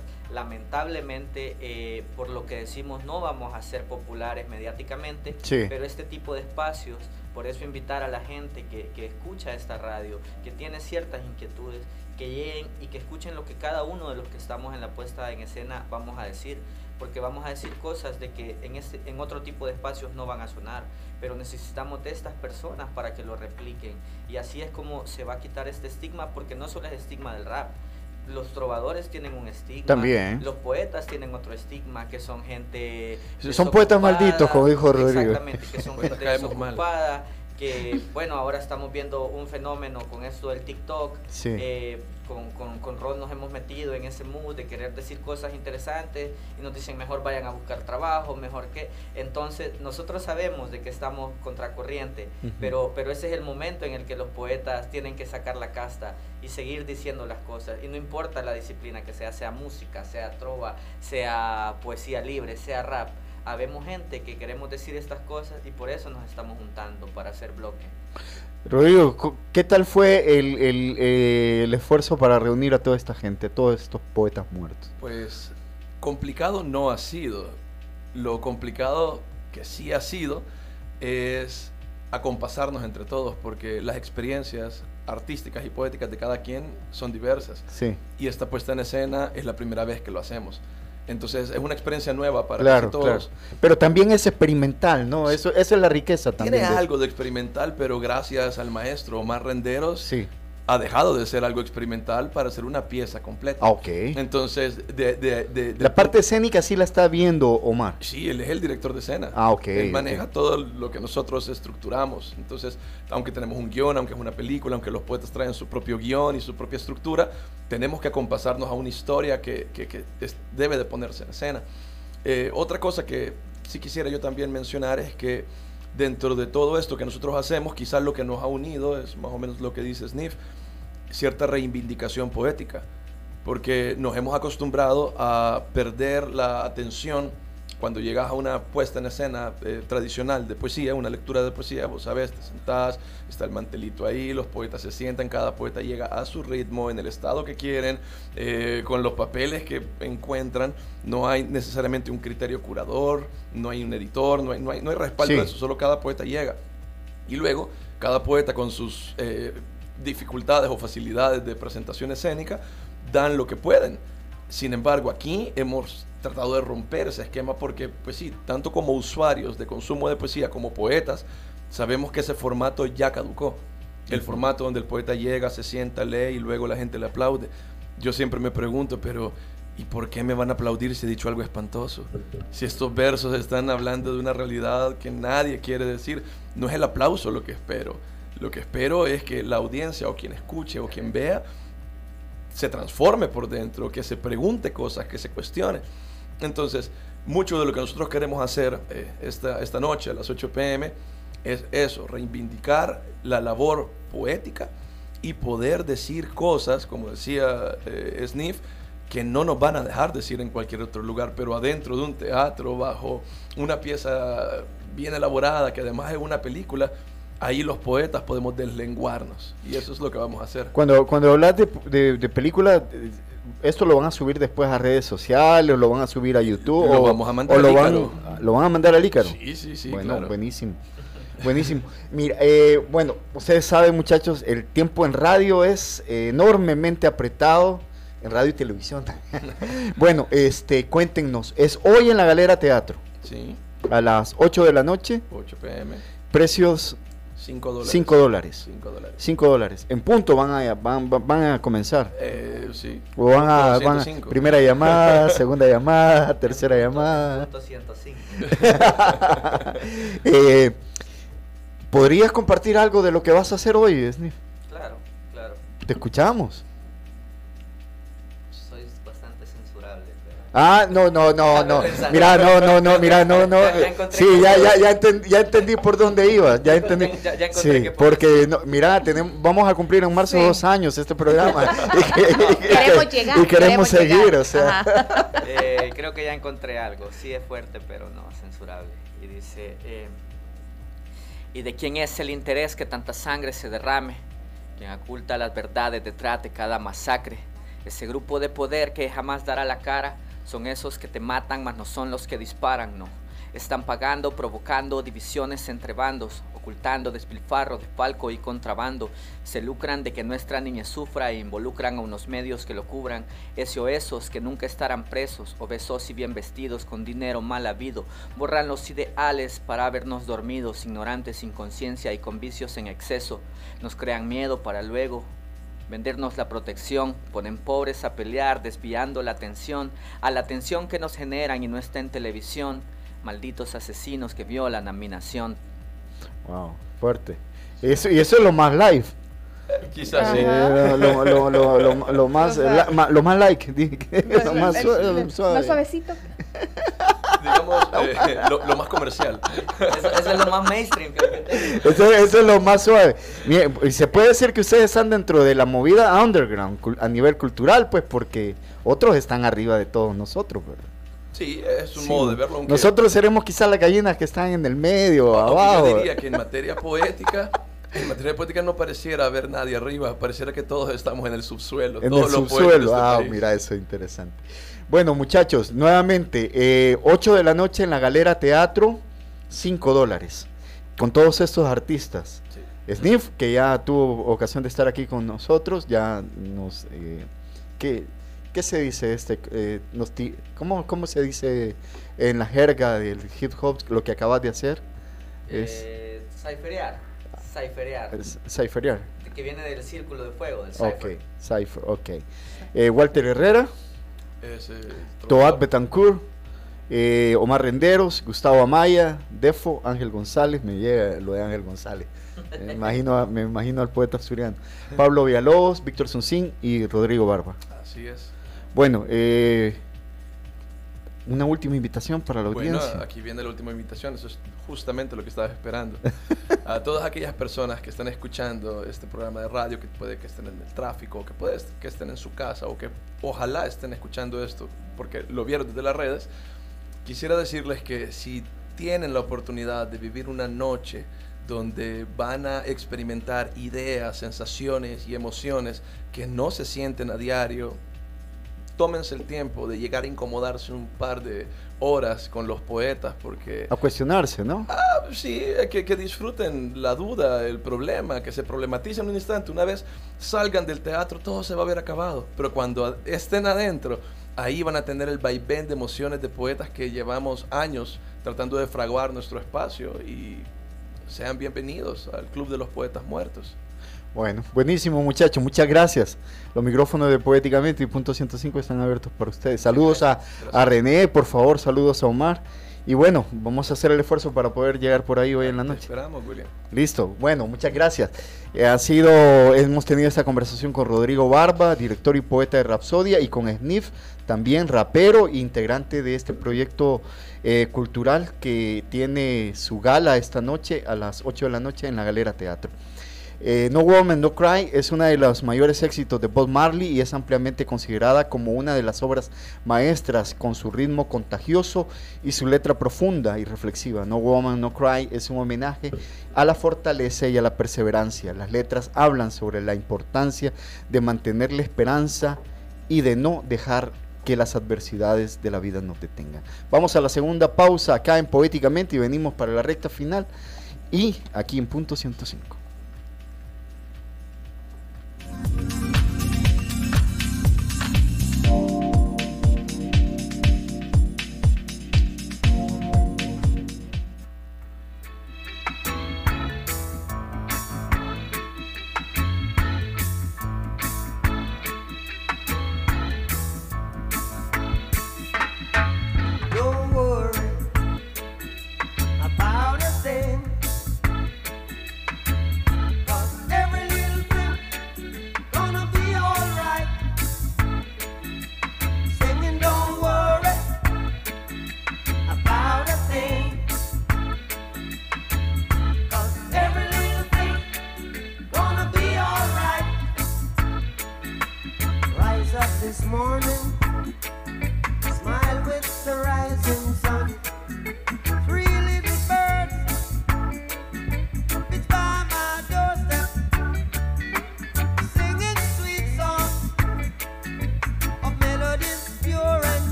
Lamentablemente, por lo que decimos, no vamos a ser populares mediáticamente, sí, pero este tipo de espacios, por eso invitar a la gente que escucha esta radio, que tiene ciertas inquietudes, que lleguen y que escuchen lo que cada uno de los que estamos en la puesta en escena vamos a decir, porque vamos a decir cosas de que en otro tipo de espacios no van a sonar, pero necesitamos de estas personas para que lo repliquen, y así es como se va a quitar este estigma, porque no solo es estigma del rap. Los trovadores tienen un estigma, también los poetas tienen otro estigma, que son gente son poetas malditos, como dijo Rodrigo. Exactamente, que son gente desocupada, que bueno, ahora estamos viendo un fenómeno con esto del TikTok, sí. Con Ron nos hemos metido en ese mood de querer decir cosas interesantes y nos dicen mejor vayan a buscar trabajo, mejor que, entonces nosotros sabemos de que estamos contracorriente, pero ese es el momento en el que los poetas tienen que sacar la casta y seguir diciendo las cosas, y no importa la disciplina que sea música, sea trova, sea poesía libre, sea rap. Habemos gente que queremos decir estas cosas y por eso nos estamos juntando para hacer bloque. Rodrigo, ¿qué tal fue el esfuerzo para reunir a toda esta gente, todos estos poetas muertos? Pues complicado no ha sido. Lo complicado que sí ha sido es acompasarnos entre todos, porque las experiencias artísticas y poéticas de cada quien son diversas. Sí. Y esta puesta en escena es la primera vez que lo hacemos. Entonces es una experiencia nueva para casi todos. Claro. Pero también es experimental, ¿no? Esa es la riqueza también. Tiene algo de experimental, pero gracias al maestro Omar Renderos, sí, ha dejado de ser algo experimental para ser una pieza completa. Ok. Entonces, la parte escénica sí la está viendo Omar. Sí, él es el director de escena. Ok. Él maneja todo lo que nosotros estructuramos. Entonces, aunque tenemos un guión, aunque es una película, aunque los poetas traen su propio guión y su propia estructura, tenemos que acompasarnos a una historia que debe de ponerse en escena. Otra cosa que sí quisiera yo también mencionar es que dentro de todo esto que nosotros hacemos, quizás lo que nos ha unido es más o menos lo que dice Sniff, cierta reivindicación poética, porque nos hemos acostumbrado a perder la atención cuando llegas a una puesta en escena tradicional de poesía, una lectura de poesía. Vos sabés, te sentás, está el mantelito ahí, los poetas se sientan, cada poeta llega a su ritmo, en el estado que quieren, con los papeles que encuentran. No hay necesariamente un criterio curador, no hay un editor, no hay respaldo de eso, solo cada poeta llega. Y luego, cada poeta con sus dificultades o facilidades de presentación escénica, dan lo que pueden. Sin embargo, aquí hemos tratado de romper ese esquema porque, pues sí, tanto como usuarios de consumo de poesía como poetas, sabemos que ese formato ya caducó. El formato donde el poeta llega, se sienta, lee y luego la gente le aplaude. Yo siempre me pregunto, pero ¿y por qué me van a aplaudir si he dicho algo espantoso? Si estos versos están hablando de una realidad que nadie quiere decir, no es el aplauso lo que espero. Lo que espero es que la audiencia o quien escuche o quien vea se transforme por dentro, que se pregunte cosas, que se cuestione. Entonces, mucho de lo que nosotros queremos hacer esta noche a las 8 p.m. es eso, reivindicar la labor poética y poder decir cosas, como decía Sniff, que no nos van a dejar decir en cualquier otro lugar, pero adentro de un teatro, bajo una pieza bien elaborada, que además es una película, ahí los poetas podemos deslenguarnos, y eso es lo que vamos a hacer. Cuando hablas de película, ¿esto lo van a subir después a redes sociales, o lo van a subir a YouTube? Lo vamos a mandar al Ícaro. ¿Lo van a mandar al Ícaro? Sí, bueno, claro. Buenísimo. Mira, bueno, ustedes saben, muchachos, el tiempo en radio es enormemente apretado, en radio y televisión. Bueno, cuéntenos, es hoy en la Galera Teatro. Sí. A las 8 de la noche. 8 p.m. Precios $5. $5. En punto van a comenzar. Sí. O van a primera llamada, segunda llamada, tercera llamada. ¿Podrías compartir algo de lo que vas a hacer hoy, Sniff? Claro. Te escuchamos. Soy bastante censurable, Ah, no. Mira, no. Sí, ya entendí por dónde ibas. Ya entendí. Ya encontré Sí, que porque mira, vamos a cumplir en marzo 2 años este programa. Queremos llegar. Y queremos seguir, llegar. o sea. Creo que ya encontré algo. Sí es fuerte, pero no censurable. Y dice, ¿y de quién es el interés que tanta sangre se derrame? Quien oculta las verdades detrás de cada masacre. Ese grupo de poder que jamás dará la cara. Son esos que te matan, mas no son los que disparan, no. Están pagando, provocando divisiones entre bandos, ocultando despilfarro de palco y contrabando. Se lucran de que nuestra niñez sufra e involucran a unos medios que lo cubran. Ese o esos que nunca estarán presos, obesos y bien vestidos con dinero mal habido. Borran los ideales para vernos dormidos, ignorantes, sin conciencia y con vicios en exceso. Nos crean miedo para luego vendernos la protección, ponen pobres a pelear, desviando la atención a la atención que nos generan y no está en televisión. Malditos asesinos que violan a mi nación. Wow, fuerte. Y eso es lo más live. Quizás sí. Lo más like. Lo más suave. Más suavecito. Digamos, lo más comercial. Eso es lo más mainstream. Eso es lo más suave. Miren, y se puede decir que ustedes están dentro de la movida underground a nivel cultural, pues porque otros están arriba de todos nosotros, ¿verdad? Sí, es un modo de verlo. Aunque nosotros seremos quizás las gallinas que están en el medio, abajo. Yo diría que en materia poética no pareciera haber nadie arriba, pareciera que todos estamos en el subsuelo. En el subsuelo, mira, eso es interesante. Bueno, muchachos, nuevamente, 8 de la noche en la Galera Teatro, $5, con todos estos artistas. Sí. Sniff, que ya tuvo ocasión de estar aquí con nosotros, ya nos... ¿Qué se dice ¿cómo se dice en la jerga del hip hop lo que acabas de hacer? Cipherear. Cipherear. Que viene del círculo de fuego, del cipher. Cipher, ok. Walter Herrera, Toad Betancourt, Omar Renderos, Gustavo Amaya, Defo, Ángel González, me llega lo de Ángel González. Me imagino al poeta asturiano. Pablo Villalobos, Víctor Suncín y Rodrigo Barba. Así es. Bueno, una última invitación para la audiencia. Bueno, aquí viene la última invitación, eso es justamente lo que estaba esperando. A todas aquellas personas que están escuchando este programa de radio, que puede que estén en el tráfico, que puede que estén en su casa, o que ojalá estén escuchando esto, porque lo vieron desde las redes, quisiera decirles que si tienen la oportunidad de vivir una noche donde van a experimentar ideas, sensaciones y emociones que no se sienten a diario, tómense el tiempo de llegar a incomodarse un par de horas con los poetas, porque... A cuestionarse, ¿no? Sí, que disfruten la duda, el problema, que se problematicen un instante. Una vez salgan del teatro, todo se va a ver acabado, pero cuando estén adentro, ahí van a tener el vaivén de emociones de poetas que llevamos años tratando de fraguar nuestro espacio, y sean bienvenidos al Club de los Poetas Muertos. Bueno, buenísimo, muchachos, muchas gracias. Los micrófonos de Poéticamente y Punto 105 están abiertos para ustedes. Saludos a René, por favor, saludos a Omar. Y bueno, vamos a hacer el esfuerzo para poder llegar por ahí hoy en la noche. Esperamos, William. Listo, bueno, muchas gracias. Hemos tenido esta conversación con Rodrigo Barba, director y poeta de Rapsodia, y con Sniff, también rapero e integrante de este proyecto cultural que tiene su gala esta noche a las 8 de la noche en la Galera Teatro. No Woman, No Cry es uno de los mayores éxitos de Bob Marley y es ampliamente considerada como una de las obras maestras, con su ritmo contagioso y su letra profunda y reflexiva. No Woman, No Cry es un homenaje a la fortaleza y a la perseverancia. Las letras hablan sobre la importancia de mantener la esperanza y de no dejar que las adversidades de la vida nos detengan. Vamos a la segunda pausa acá en Poéticamente y venimos para la recta final y aquí en Punto 105.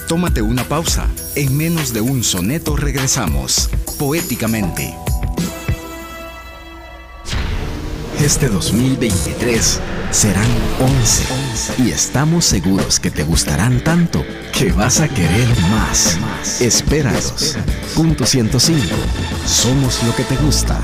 Tómate una pausa. En menos de un soneto regresamos, poéticamente. Este 2023 serán 11 y estamos seguros que te gustarán tanto que vas a querer más. Espéralos. Punto 105. Somos lo que te gusta.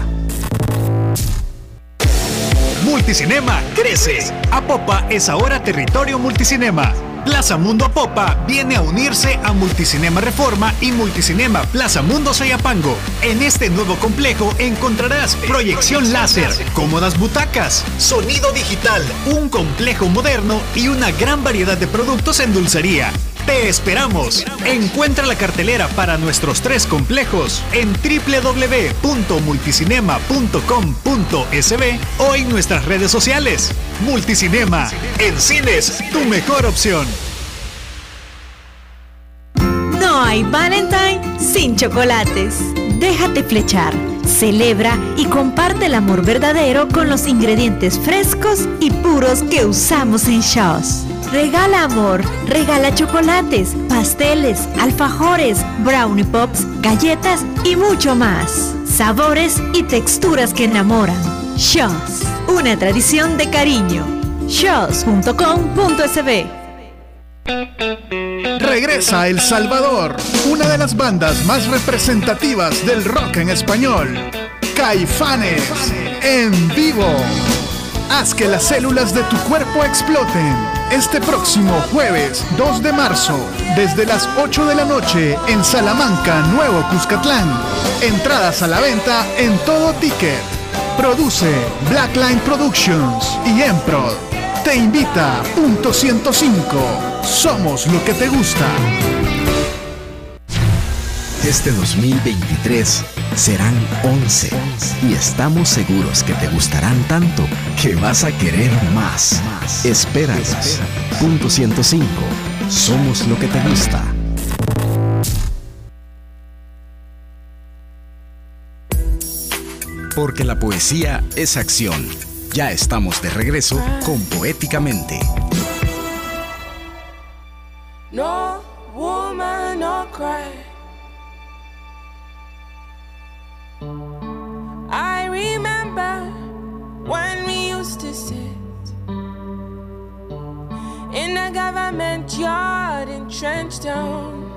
Multicinema crece. Apopa es ahora territorio Multicinema. Plaza Mundo Apopa viene a unirse a Multicinema Reforma y Multicinema Plaza Mundo Soyapango. En este nuevo complejo encontrarás proyección láser, cómodas butacas, sonido digital, un complejo moderno y una gran variedad de productos en dulcería. ¡Te esperamos! Encuentra la cartelera para nuestros 3 complejos en www.multicinema.com.sb o en nuestras redes sociales. Multicinema, en cines, tu mejor opción. No hay Valentine sin chocolates. Déjate flechar, celebra y comparte el amor verdadero con los ingredientes frescos y puros que usamos en Shaw's. Regala amor, regala chocolates, pasteles, alfajores, brownie pops, galletas y mucho más. Sabores y texturas que enamoran. Shaw's, una tradición de cariño. Shaws.com.sb. Regresa a El Salvador, una de las bandas más representativas del rock en español. Caifanes, en vivo. Haz que las células de tu cuerpo exploten. Este próximo jueves 2 de marzo, desde las 8 de la noche en Salamanca, Nuevo Cuscatlán. Entradas a la venta en Todo Ticket. Produce Blackline Productions y Emprod. Te invita Punto 105. Somos lo que te gusta. Este 2023 serán 11 y estamos seguros que te gustarán tanto que vas a querer más. Espéralos. Punto 105. Somos lo que te gusta. Porque la poesía es acción. Ya estamos de regreso con Poéticamente. No woman, no cry. I remember when we used to sit in a government yard in Trenchtown,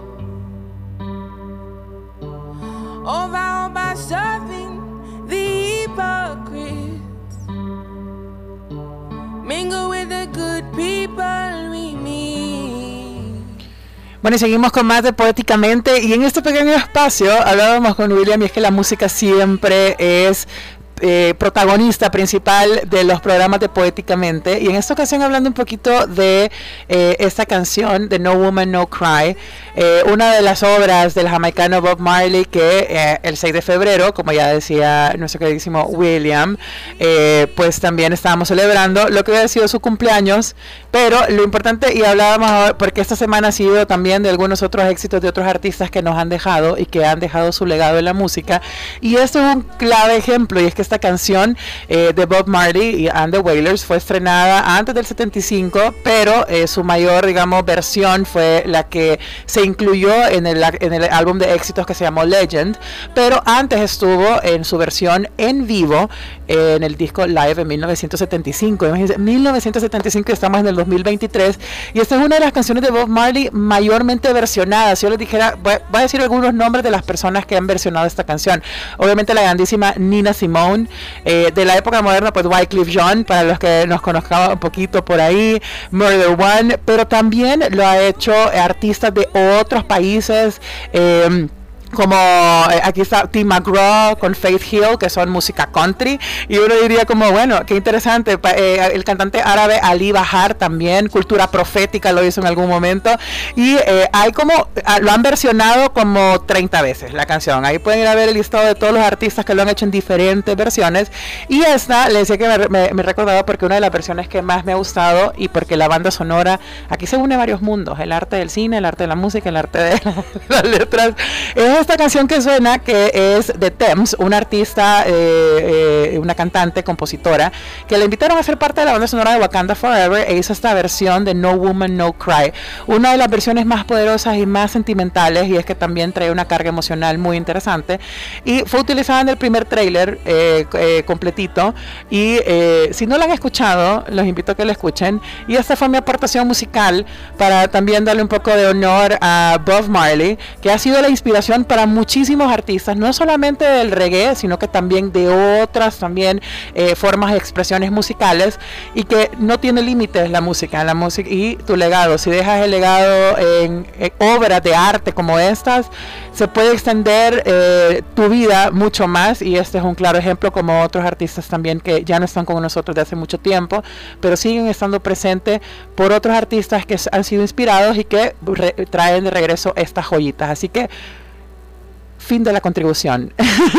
over serving the hypocrites, mingle with the good people we meet. Bueno, y seguimos con más de Poéticamente, y en este pequeño espacio hablábamos con William, y es que la música siempre es protagonista principal de los programas de Poéticamente, y en esta ocasión hablando un poquito de esta canción de No Woman No Cry, una de las obras del jamaicano Bob Marley, que el 6 de febrero, como ya decía nuestro queridísimo William, pues también estábamos celebrando lo que había sido su cumpleaños. Pero lo importante, y hablábamos ahora, porque esta semana ha sido también de algunos otros éxitos de otros artistas que nos han dejado y que han dejado su legado en la música, y esto es un clave ejemplo, y es que esta canción de Bob Marley y and the Wailers fue estrenada antes del 75, pero su mayor, digamos, versión fue la que se incluyó en el álbum de éxitos que se llamó Legend, pero antes estuvo en su versión en vivo en el disco Live en 1975. Imagínense, 1975, estamos en el 2023, y esta es una de las canciones de Bob Marley mayormente versionadas. Si yo les dijera, voy a decir algunos nombres de las personas que han versionado esta canción. Obviamente la grandísima Nina Simone, de la época moderna, pues Wyclef Jean, para los que nos conozcan un poquito por ahí, Murder One, pero también lo ha hecho artistas de otros países, como aquí está Tim McGraw con Faith Hill, que son música country, y uno diría como, bueno, qué interesante. El cantante árabe Ali Bahar también, Cultura Profética, lo hizo en algún momento, y hay como, lo han versionado como 30 veces la canción. Ahí pueden ir a ver el listado de todos los artistas que lo han hecho en diferentes versiones, y esta, le decía que me recordaba porque una de las versiones que más me ha gustado, y porque la banda sonora, aquí se une varios mundos, el arte del cine, el arte de la música, el arte de las letras, es esta canción que suena, que es de Thames, una artista, una cantante, compositora, que la invitaron a ser parte de la banda sonora de Wakanda Forever e hizo esta versión de No Woman, No Cry, una de las versiones más poderosas y más sentimentales, y es que también trae una carga emocional muy interesante, y fue utilizada en el primer tráiler completito, y si no la han escuchado, los invito a que la escuchen, y esta fue mi aportación musical para también darle un poco de honor a Bob Marley, que ha sido la inspiración para muchísimos artistas, no solamente del reggae, sino que también de otras también formas de expresiones musicales, y que no tiene límites la música y tu legado. Si dejas el legado en obras de arte como estas, se puede extender tu vida mucho más, y este es un claro ejemplo, como otros artistas también que ya no están con nosotros de hace mucho tiempo, pero siguen estando presentes por otros artistas que han sido inspirados y que traen de regreso estas joyitas. Así que, fin de la contribución.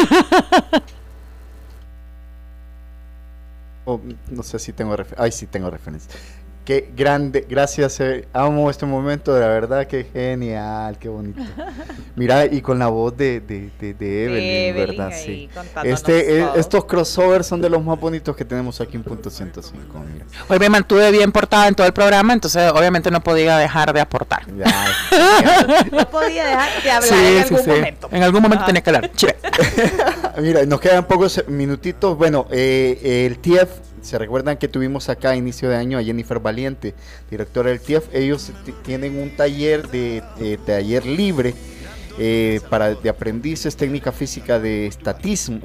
No sé si tengo referencia. Ay, sí tengo referencia. Qué grande, gracias, amo este momento, de la verdad, qué genial, qué bonito. Mira, y con la voz de Evelyn, ¿verdad? Sí. Estos crossovers son de los más bonitos que tenemos aquí en Punto 105. Mira. Hoy me mantuve bien portada en todo el programa, entonces obviamente no podía dejar de aportar. No podía dejar de hablar en algún momento. En algún momento tenía que hablar. Mira, nos quedan pocos minutitos. Bueno, el TIEF, se recuerdan que tuvimos acá a inicio de año a Jennifer Valiente, directora del TIEF. Ellos tienen un taller taller libre de aprendices, técnica física de estatismo.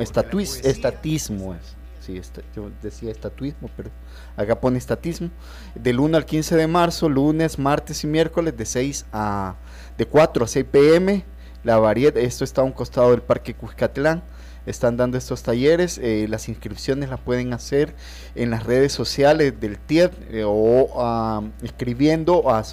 Yo decía estatuismo, pero acá pone estatismo. Del 1 al 15 de marzo, lunes, martes y miércoles, de 4 a 6 p.m. La variedad, esto está a un costado del Parque Cuscatlán. Están dando estos talleres, las inscripciones las pueden hacer en las redes sociales del TIEF o escribiendo a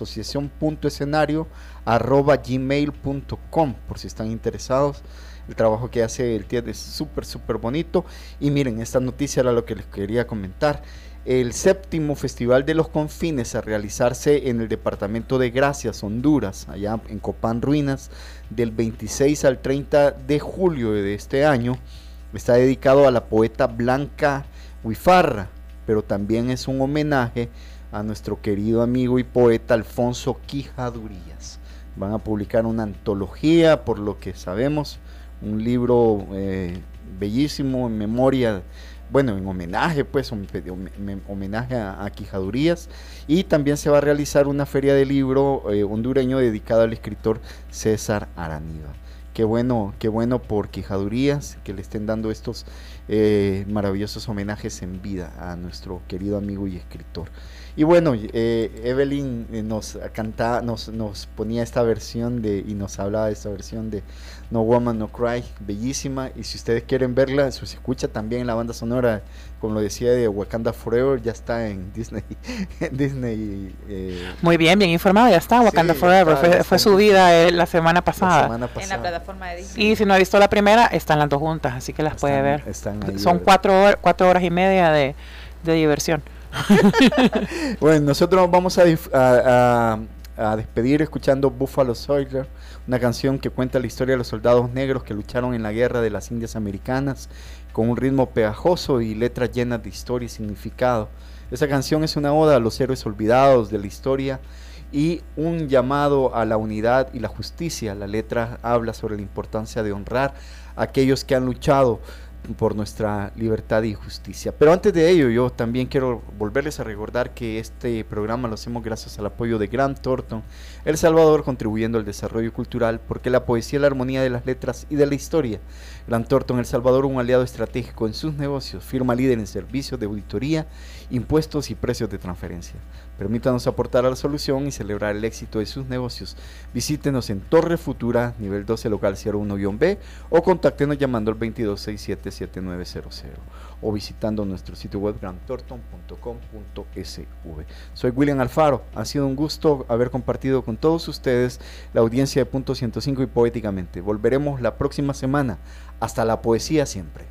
asociacion.escenario@gmail.com por si están interesados. El trabajo que hace el TIEF es súper bonito. Y miren, esta noticia era lo que les quería comentar. El 7º Festival de los Confines, a realizarse en el departamento de Gracias, Honduras, allá en Copán Ruinas, del 26 al 30 de julio de este año, está dedicado a la poeta Blanca Huifarra, pero también es un homenaje a nuestro querido amigo y poeta Alfonso Quijadurías. Van a publicar una antología, por lo que sabemos, un libro bellísimo en memoria, bueno, en homenaje, pues, homenaje a Quijadurías. Y también se va a realizar una feria de libro hondureño dedicada al escritor César Araniva. Qué bueno por Quijadurías, que le estén dando estos maravillosos homenajes en vida a nuestro querido amigo y escritor. Y bueno, Evelyn nos ponía esta versión y nos hablaba de esta versión de No Woman, No Cry, bellísima. Y si ustedes quieren verla, se escucha también en la banda sonora, como lo decía, de Wakanda Forever, ya está en Disney. Muy bien informado, ya está. Wakanda Forever fue subida la semana pasada en la plataforma de Disney. Y si no ha visto la primera, están las dos juntas, así que las puede ver. Son 4 horas y media de diversión. Bueno, nosotros vamos a despedir escuchando Buffalo Soldier, una canción que cuenta la historia de los soldados negros que lucharon en la guerra de las Indias Americanas, con un ritmo pegajoso y letras llenas de historia y significado. Esa canción es una oda a los héroes olvidados de la historia y un llamado a la unidad y la justicia. La letra habla sobre la importancia de honrar a aquellos que han luchado por nuestra libertad y justicia. Pero antes de ello, yo también quiero volverles a recordar que este programa lo hacemos gracias al apoyo de Grant Thornton El Salvador, contribuyendo al desarrollo cultural, porque la poesía es la armonía de las letras y de la historia. Grant Thornton El Salvador, un aliado estratégico en sus negocios, firma líder en servicios de auditoría, impuestos y precios de transferencia. Permítanos aportar a la solución y celebrar el éxito de sus negocios. Visítenos en Torre Futura, nivel 12, local 01-B, o contáctenos llamando al 2267-7900 o visitando nuestro sitio web grantthornton.com.sv. Soy William Alfaro, ha sido un gusto haber compartido con todos ustedes la audiencia de Punto 105 y Poéticamente. Volveremos la próxima semana. Hasta la poesía siempre.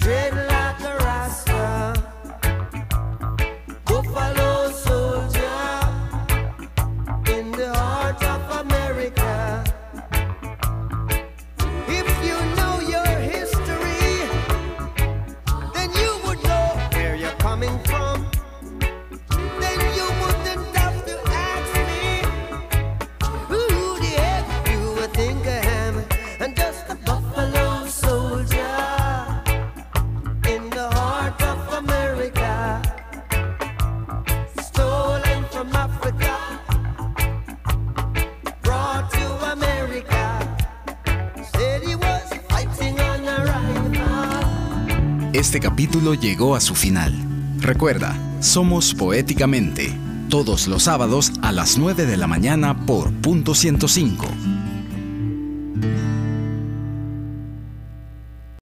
dread like a rasta, buffalo soldier in the heart of America. If you know your history, then you would know where you're coming from. Then you wouldn't have to ask me who the heck you would think I am. And just a buffalo soldier in the heart of America, stolen from Africa, brought to America. Said he was fighting on a rifle. Este capítulo llegó a su final. Recuerda, somos Poéticamente, todos los sábados a las 9 de la mañana por Punto 105.